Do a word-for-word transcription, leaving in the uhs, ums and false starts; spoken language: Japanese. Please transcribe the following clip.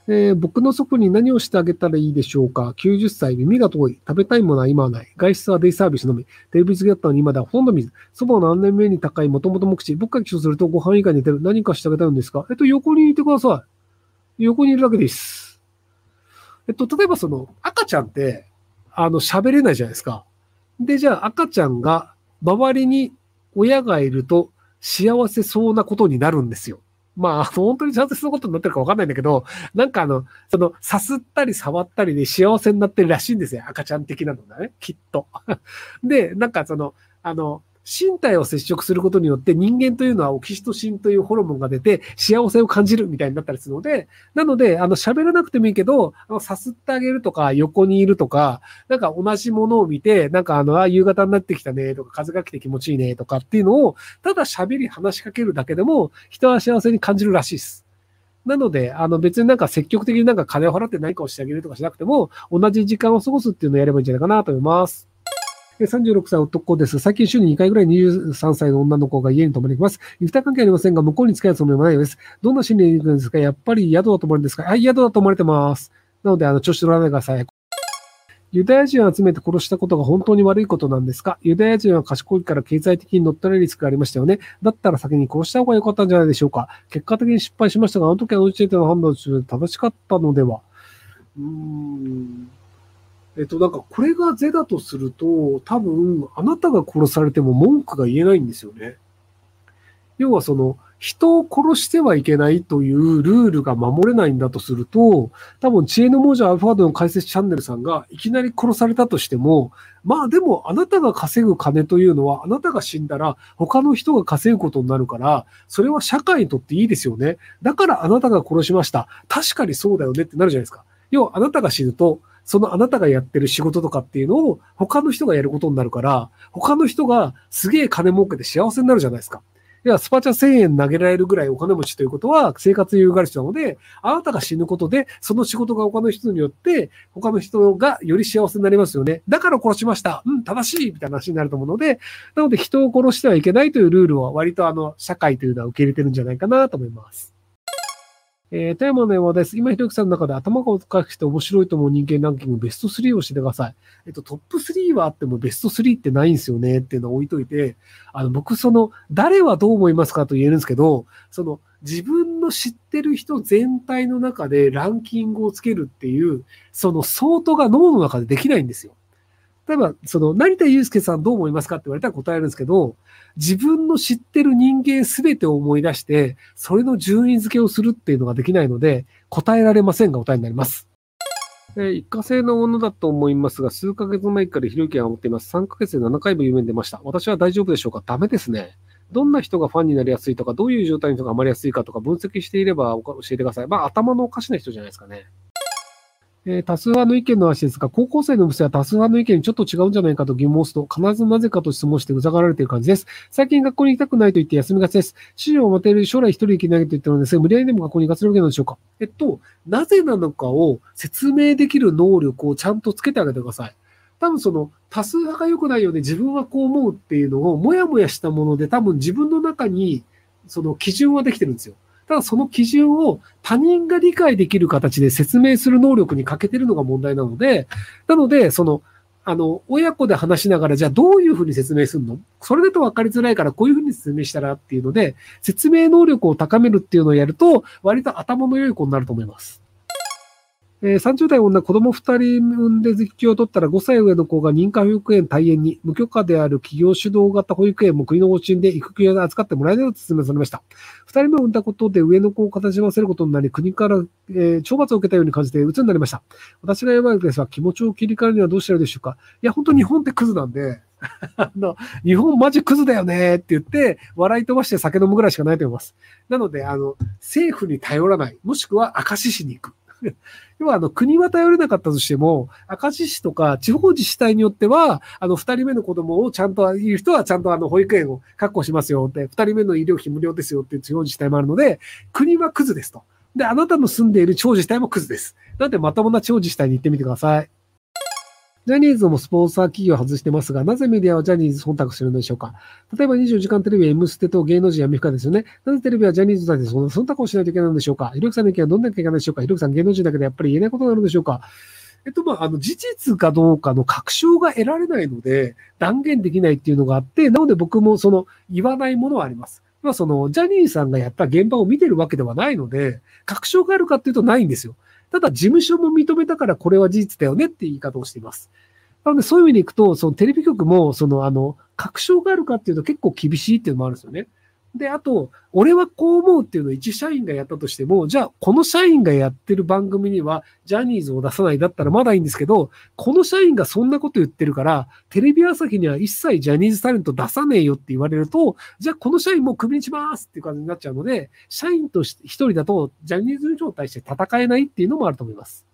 えー僕の祖父に何をしてあげたらいいでしょうか。きゅうじゅっさい、耳が遠い。食べたいものは今はない。外出はデイサービスのみ。テレビ付きだったのに今ではほとんど水。祖母は何年目に高い、もともと無口。僕が起床するとご飯以外に寝てる。何かしてあげたいんですか。えっと、横にいてください。横にいるだけです。えっと、例えばその、赤ちゃんって、あの、喋れないじゃないですか。で、じゃあ赤ちゃんが、周りに親がいると幸せそうなことになるんですよ。まあ、本当に幸せそうなことになってるかわかんないんだけど、なんかあの、その、さすったり触ったりで幸せになってるらしいんですよ。赤ちゃん的なのがね、きっと。で、なんかその、あの、身体を接触することによって人間というのはオキシトシンというホルモンが出て幸せを感じるみたいになったりするので、なので、あの、喋らなくてもいいけど、あの、さすってあげるとか、横にいるとか、なんか同じものを見て、なんかあの、あ、夕方になってきたねとか、風が来て気持ちいいねとかっていうのを、ただ喋り話しかけるだけでも、人は幸せに感じるらしいです。なので、あの別になんか積極的になんか金を払って何かをしてあげるとかしなくても、同じ時間を過ごすっていうのをやればいいんじゃないかなと思います。さんじゅうろくさい男です。最近週ににかいぐらいにじゅうさんさいの女の子が家に泊まりに来ます。肉体関係ありませんが、向こうに付き合うつもりもないようです。どんな心理に行くんですか。やっぱり宿だと思われるんですか。はい、宿だと思われてます。なので、あの、調子乗らないでください。ユダヤ人を集めて殺したことが本当に悪いことなんですか。ユダヤ人は賢いから経済的に乗っ取られるリスクがありましたよね。だったら先に殺した方が良かったんじゃないでしょうか。結果的に失敗しましたが、あの時あの時点での判断として正しかったのでは。うーん。えっと、なんかこれが是だとすると、多分、あなたが殺されても文句が言えないんですよね。要はその、人を殺してはいけないというルールが守れないんだとすると、多分、知恵の亡者アルファードの解説チャンネルさんがいきなり殺されたとしても、まあでも、あなたが稼ぐ金というのは、あなたが死んだら他の人が稼ぐことになるから、それは社会にとっていいですよね。だからあなたが殺しました。確かにそうだよねってなるじゃないですか。要は、あなたが死ぬと、そのあなたがやってる仕事とかっていうのを他の人がやることになるから、他の人がすげえ金儲けて幸せになるじゃないですか。いや、スパチャせんえん投げられるぐらいお金持ちということは生活優がある人なので、あなたが死ぬことで、その仕事が他の人によって、他の人がより幸せになりますよね。だから殺しました。うん、正しいみたいな話になると思うので、なので人を殺してはいけないというルールは割とあの、社会というのは受け入れてるんじゃないかなと思います。えー、テーマの山です。今、ひろゆきさんの中で頭がおかしくて面白いと思う人間ランキングベストスリーを教えてください。えっと、トップスリーはあってもベストスリーってないんですよねっていうのを置いといて、あの、僕、その、誰はどう思いますかと言えるんですけど、その、自分の知ってる人全体の中でランキングをつけるっていう、その相当が脳の中でできないんですよ。例えば、その、成田悠輔さんどう思いますかって言われたら答えるんですけど、自分の知ってる人間すべてを思い出して、それの順位付けをするっていうのができないので、答えられませんが答えになります。えー一過性のものだと思いますが、数ヶ月前からひろゆきが持っています。さんかげつでななかいも夢に出ました。私は大丈夫でしょうか。ダメですね。どんな人がファンになりやすいとか、どういう状態の人がハマりやすいかとか分析していれば教えてください。まあ、頭のおかしな人じゃないですかね。えー多数派の意見の話ですが、高校生の部生は多数派の意見にちょっと違うんじゃないかと疑問を持つと、必ずなぜかと質問してうざがられている感じです。最近学校に行きたくないと言って休みがちです。師匠を待てる将来一人行けないと言ってるのですが、無理やりでも学校に行かせるわけなんでしょうか。えっと、なぜなのかを説明できる能力をちゃんとつけてあげてください。多分その多数派が良くないようで自分はこう思うっていうのをもやもやしたもので多分自分の中にその基準はできてるんですよ。ただその基準を他人が理解できる形で説明する能力に欠けてるのが問題なので、なので、その、あの、親子で話しながら、じゃあどういうふうに説明するのそれだと分かりづらいからこういうふうに説明したらっていうので、説明能力を高めるっていうのをやると、割と頭の良い子になると思います。えー、さんじゅう代女、子供ふたり産んで実況を取ったらごさい上の子が認可保育園退園に、無許可である企業主導型保育園も国の方針で育休を扱ってもらえないと説明されました。ふたりめを産んだことで上の子を形ませることになり、国から、えー、懲罰を受けたように感じて鬱になりました。私がやばいですが、気持ちを切り替えるにはどうしたらいいでしょうか。いや、本当日本ってクズなんで、あの、日本マジクズだよねって言って、笑い飛ばして酒飲むぐらいしかないと思います。なので、あの、政府に頼らない、もしくは明石市に行く。要は、あの、国は頼れなかったとしても、明石市とか地方自治体によっては、あの、二人目の子供をちゃんと、いる人はちゃんとあの、保育園を確保しますよって、二人目の医療費無料ですよっていう地方自治体もあるので、国はクズですと。で、あなたの住んでいる地方自治体もクズです。なので、まともな地方自治体に行ってみてください。 ジャニーズもスポンサー企業を外してますが、なぜメディアはジャニーズ忖度するのでしょうか。例えばにじゅうよじかんテレビ、エムステと芸能人闇深ですよね。なぜテレビはジャニーズだけでそんな忖度をしないといけないのでしょうか。ひろゆきさんの意見はどんな意見なんでしょうか。ひろゆきさん、芸能人だけでやっぱり言えないことがあるのでしょうか。えっと、まあ、あの、事実かどうかの確証が得られないので、断言できないっていうのがあって、なので僕もその、言わないものはあります。まあ、その、ジャニーさんがやった現場を見てるわけではないので、確証があるかっていうとないんですよ。ただ、事務所も認めたからこれは事実だよねっていう言い方をしています。なので、そういう意味でいくと、そのテレビ局も、その、あの、確証があるかっていうと結構厳しいっていうのもあるんですよね。で、あと、俺はこう思うっていうのを一社員がやったとしても、じゃあ、この社員がやってる番組には、ジャニーズを出さないだったらまだいいんですけど、この社員がそんなこと言ってるから、テレビ朝日には一切ジャニーズタレント出さねえよって言われると、じゃあ、この社員もうクビにしますっていう感じになっちゃうので、社員として一人だと、ジャニーズに対して戦えないっていうのもあると思います。